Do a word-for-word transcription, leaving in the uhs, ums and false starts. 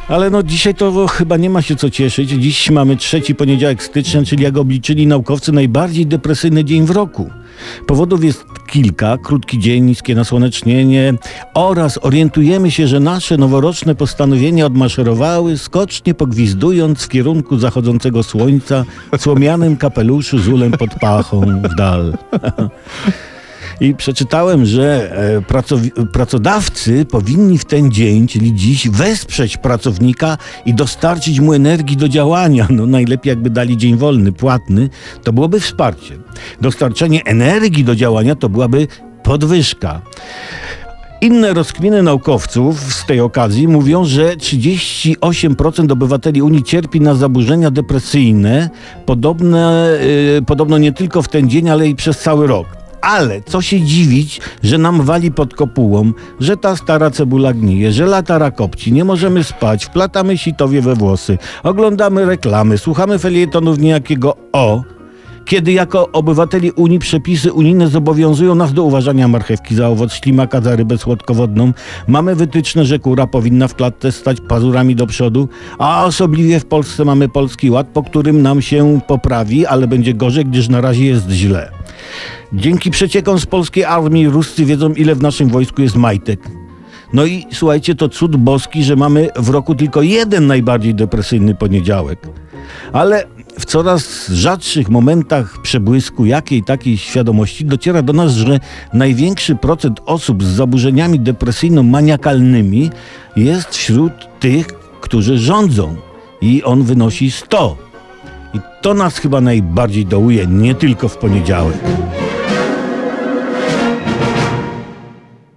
Ale no dzisiaj to chyba nie ma się co cieszyć. Dziś mamy trzeci poniedziałek stycznia, czyli jak obliczyli naukowcy najbardziej depresyjny dzień w roku. Powodów jest kilka. Krótki dzień, niskie nasłonecznienie oraz orientujemy się, że nasze noworoczne postanowienia odmaszerowały, skocznie pogwizdując w kierunku zachodzącego słońca, w słomianym kapeluszu z ulem pod pachą w dal. I przeczytałem, że e, pracowi- pracodawcy powinni w ten dzień, czyli dziś, wesprzeć pracownika i dostarczyć mu energii do działania. No najlepiej jakby dali dzień wolny, płatny, to byłoby wsparcie. Dostarczenie energii do działania to byłaby podwyżka. Inne rozkminy naukowców z tej okazji mówią, że trzydzieści osiem procent obywateli Unii cierpi na zaburzenia depresyjne, podobne, yy, podobno nie tylko w ten dzień, ale i przez cały rok. Ale co się dziwić, że nam wali pod kopułą, że ta stara cebula gnije, że latara kopci, nie możemy spać, wplatamy sitowie we włosy, oglądamy reklamy, słuchamy felietonów niejakiego O, kiedy jako obywateli Unii przepisy unijne zobowiązują nas do uważania marchewki za owoc, ślimaka za rybę słodkowodną. Mamy wytyczne, że kura powinna w klatce stać pazurami do przodu, a osobliwie w Polsce mamy Polski Ład, po którym nam się poprawi, ale będzie gorzej, gdyż na razie jest źle. Dzięki przeciekom z polskiej armii Ruscy wiedzą, ile w naszym wojsku jest majtek. No i słuchajcie, to cud boski, że mamy w roku tylko jeden najbardziej depresyjny poniedziałek. Ale w coraz rzadszych momentach przebłysku jakiej takiej świadomości dociera do nas, że największy procent osób z zaburzeniami depresyjno-maniakalnymi jest wśród tych, którzy rządzą. I on wynosi sto. I to nas chyba najbardziej dołuje, nie tylko w poniedziałek.